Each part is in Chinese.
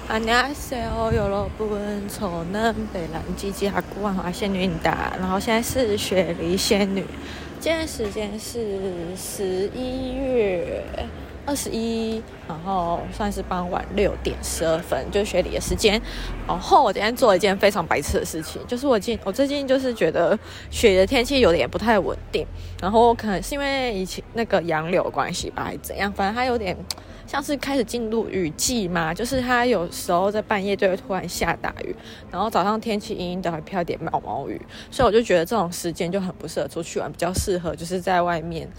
안녕하세요 여러분，저는北兰基基哈古万华仙女达，然后现在是雪梨仙女，今天时间是11月21，然后算是傍晚6点12分，就是雪梨的时间。然后我今天做了一件非常白痴的事情，就是我最近就是觉得雪梨的天气有点不太稳定，然后可能是因为以前那个洋流的关系吧，还是怎样，反正它有点像是开始进入雨季嘛，就是它有时候在半夜就会突然下大雨，然后早上天气阴阴的还飘一点毛毛雨，所以我就觉得这种时间就很不适合出去玩，比较适合就是在外面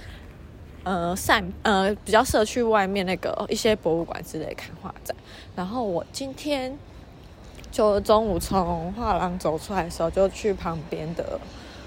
比较适合去外面那个一些博物馆之类看画展。然后我今天就中午从画廊走出来的时候，就去旁边的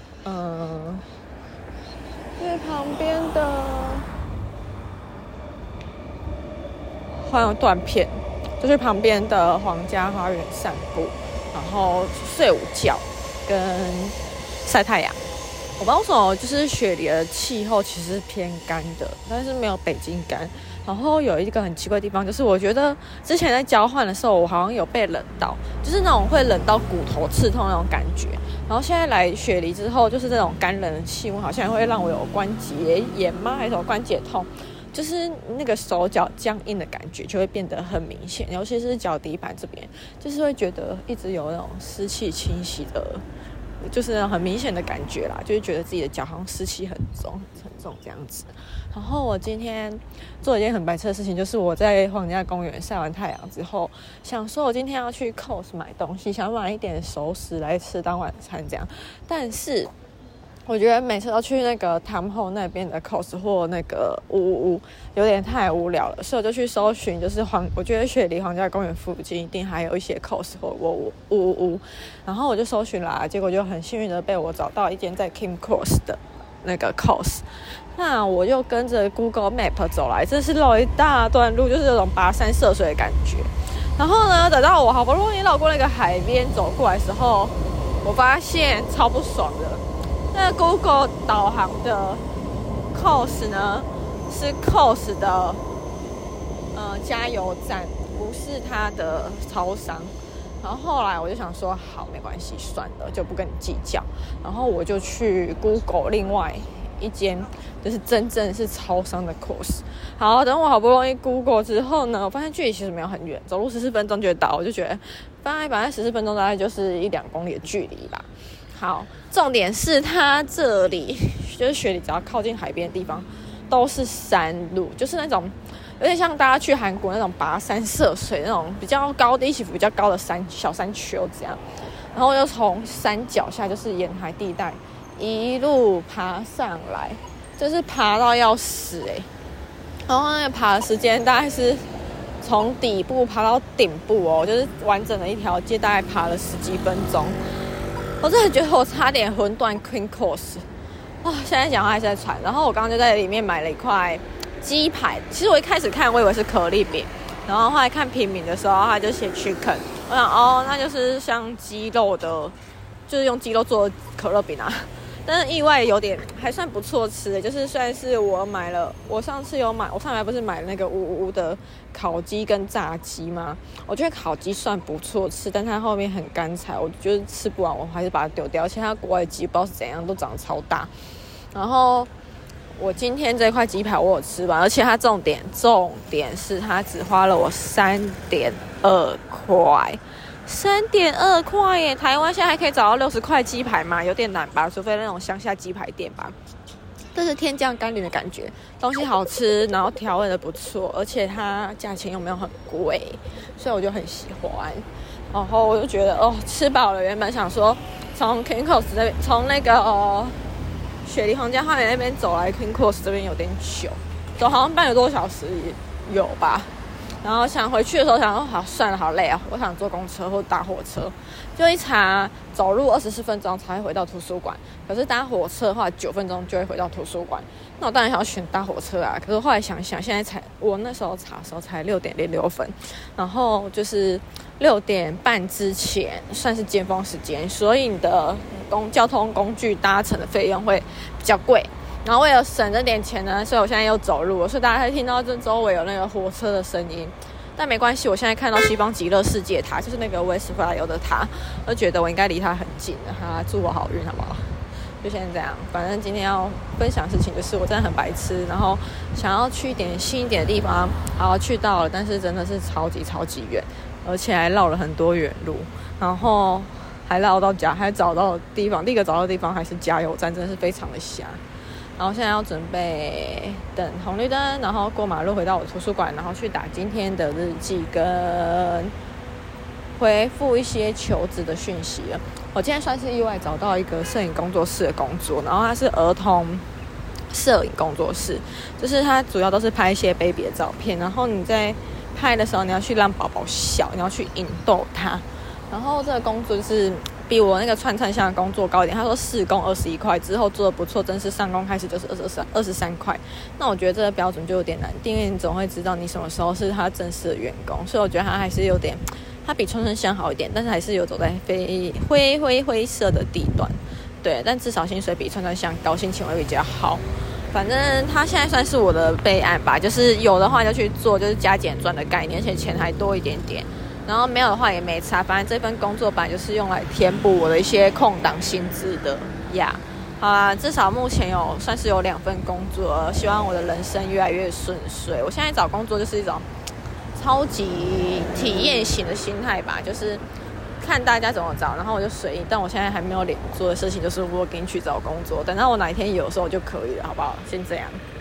好像断片，就去旁边的皇家花园散步，然后睡午觉跟晒太阳。我不知道为什么，就是雪梨的气候其实是偏干的，但是没有北京干。然后有一个很奇怪的地方，就是我觉得之前在交换的时候，我好像有被冷到，就是那种会冷到骨头刺痛那种感觉。然后现在来雪梨之后，就是这种干冷的气温，好像会让我有关节炎吗？还是有关节痛？就是那个手脚僵硬的感觉就会变得很明显，尤其是脚底板这边，就是会觉得一直有那种湿气侵袭的。就是那种很明显的感觉啦，就是觉得自己的脚好像湿气很重这样子。然后我今天做一件很白痴的事情，就是我在皇家公园晒完太阳之后，想说我今天要去 Coles 买东西，想买一点熟食来吃当晚餐这样。但是我觉得每次都去那个Tom Hall那边的 Coles 或那个555有点太无聊了，所以我就去搜寻，就是我觉得雪梨皇家公园附近一定还有一些 Coles 或555，然后我就搜寻啦，结果就很幸运的被我找到一间在 King Cross 的那个 Coles。那我就跟着 Google Map 走来，真是绕一大段路，就是那种跋山涉水的感觉。然后呢，等到我好不容易绕过那个海边走过来的时候，我发现超不爽的。那 Google 导航的 Coles 呢，是 Coles 的加油站，不是它的超商。然后后来我就想说，好，没关系，算了，就不跟你计较。然后我就去 Google 另外一间，就是真正是超商的 Coles。好，等我好不容易 Google 之后呢，我发现距离其实没有很远，走路14分钟就到，我就觉得大概14分钟大概就是1-2公里的距离吧。好，重点是它这里就是雪梨，只要靠近海边的地方都是山路，就是那种有点像大家去韩国那种跋山涉水那种比较高低起伏比较高的小山丘这样。然后又从山脚下就是沿海地带一路爬上来，就是爬到要死然后那个爬的时间大概是从底部爬到顶部就是完整的一条街大概爬了10几分钟。我真的觉得我差点魂断 Queen Course 现在讲话还是在喘。然后我刚刚就在里面买了一块鸡排，其实我一开始看我以为是可丽饼，然后后来看平民的时候它就写 chicken， 我想那就是像鸡肉的，就是用鸡肉做的可乐饼啊。但是意外有点还算不错吃就是虽然是我上次不是买那个555的烤鸡跟炸鸡吗？我觉得烤鸡算不错吃，但它后面很干柴，我觉得吃不完，我还是把它丢掉。而且它国外的鸡不知道是怎样，都长得超大。然后我今天这块鸡排我有吃完，而且它重点是它只花了我3.2块。3.2块耶！台湾现在还可以找到60块鸡排吗？有点难吧，除非那种乡下鸡排店吧。这是天降甘霖的感觉，东西好吃，然后调味的不错，而且它价钱又没有很贵，所以我就很喜欢。然后我就觉得吃饱了。原本想说从 King Cross 这边，从那个雪梨皇家花园那边走来 King Cross 这边有点久，走好像半个多小时有吧。然后想回去的时候想说好算了，好累啊，我想坐公车或搭火车。就一查走路24分钟才会回到图书馆，可是搭火车的话9分钟就会回到图书馆。那我当然想要选搭火车啊，可是后来想想现在我那时候查的时候才6点06分，然后就是6点半之前算是尖峰时间，所以你的交通工具搭乘的费用会比较贵。然后为了省这点钱呢，所以我现在又走路了，所以大家会听到这周围有那个火车的声音。 但没关系，我现在看到西方极乐世界塔，就是那个威斯弗莱尤的塔，我觉得我应该离它很近了。祝我好运好不好？就先这样，反正今天要分享的事情就是我真的很白痴，然后想要去一点新一点的地方，好去到了，但是真的是超级超级远，而且还绕了很多远路，然后还绕到家，还找到地方，第一个找到的地方还是加油站，真的是非常的瞎。然后现在要准备等红绿灯，然后过马路回到我图书馆，然后去打今天的日记跟回复一些求职的讯息了。我今天算是意外找到一个摄影工作室的工作，然后它是儿童摄影工作室，就是它主要都是拍一些 baby 的照片，然后你在拍的时候你要去让宝宝笑，你要去引逗他。然后这个工作就是比我那个串串香的工作高一点，他说试工21块，之后做的不错，正式上工开始就是23块。那我觉得这个标准就有点难定，因为你总会知道你什么时候是他正式的员工，所以我觉得他还是有点，他比串串香好一点，但是还是有走在灰色的地段，对，但至少薪水比串串香高，心情会比较好。反正他现在算是我的备案吧，就是有的话就去做，就是加减赚的概念，而且钱还多一点点。然后没有的话也没差，反正这份工作本来就是用来填补我的一些空档薪资的呀。好啦，至少目前算是有2份工作，希望我的人生越来越顺遂。我现在找工作就是一种超级体验型的心态吧，就是看大家怎么找，然后我就随意。但我现在还没有脸做的事情就是我给你去找工作，等到我哪一天有的时候就可以了，好不好？先这样。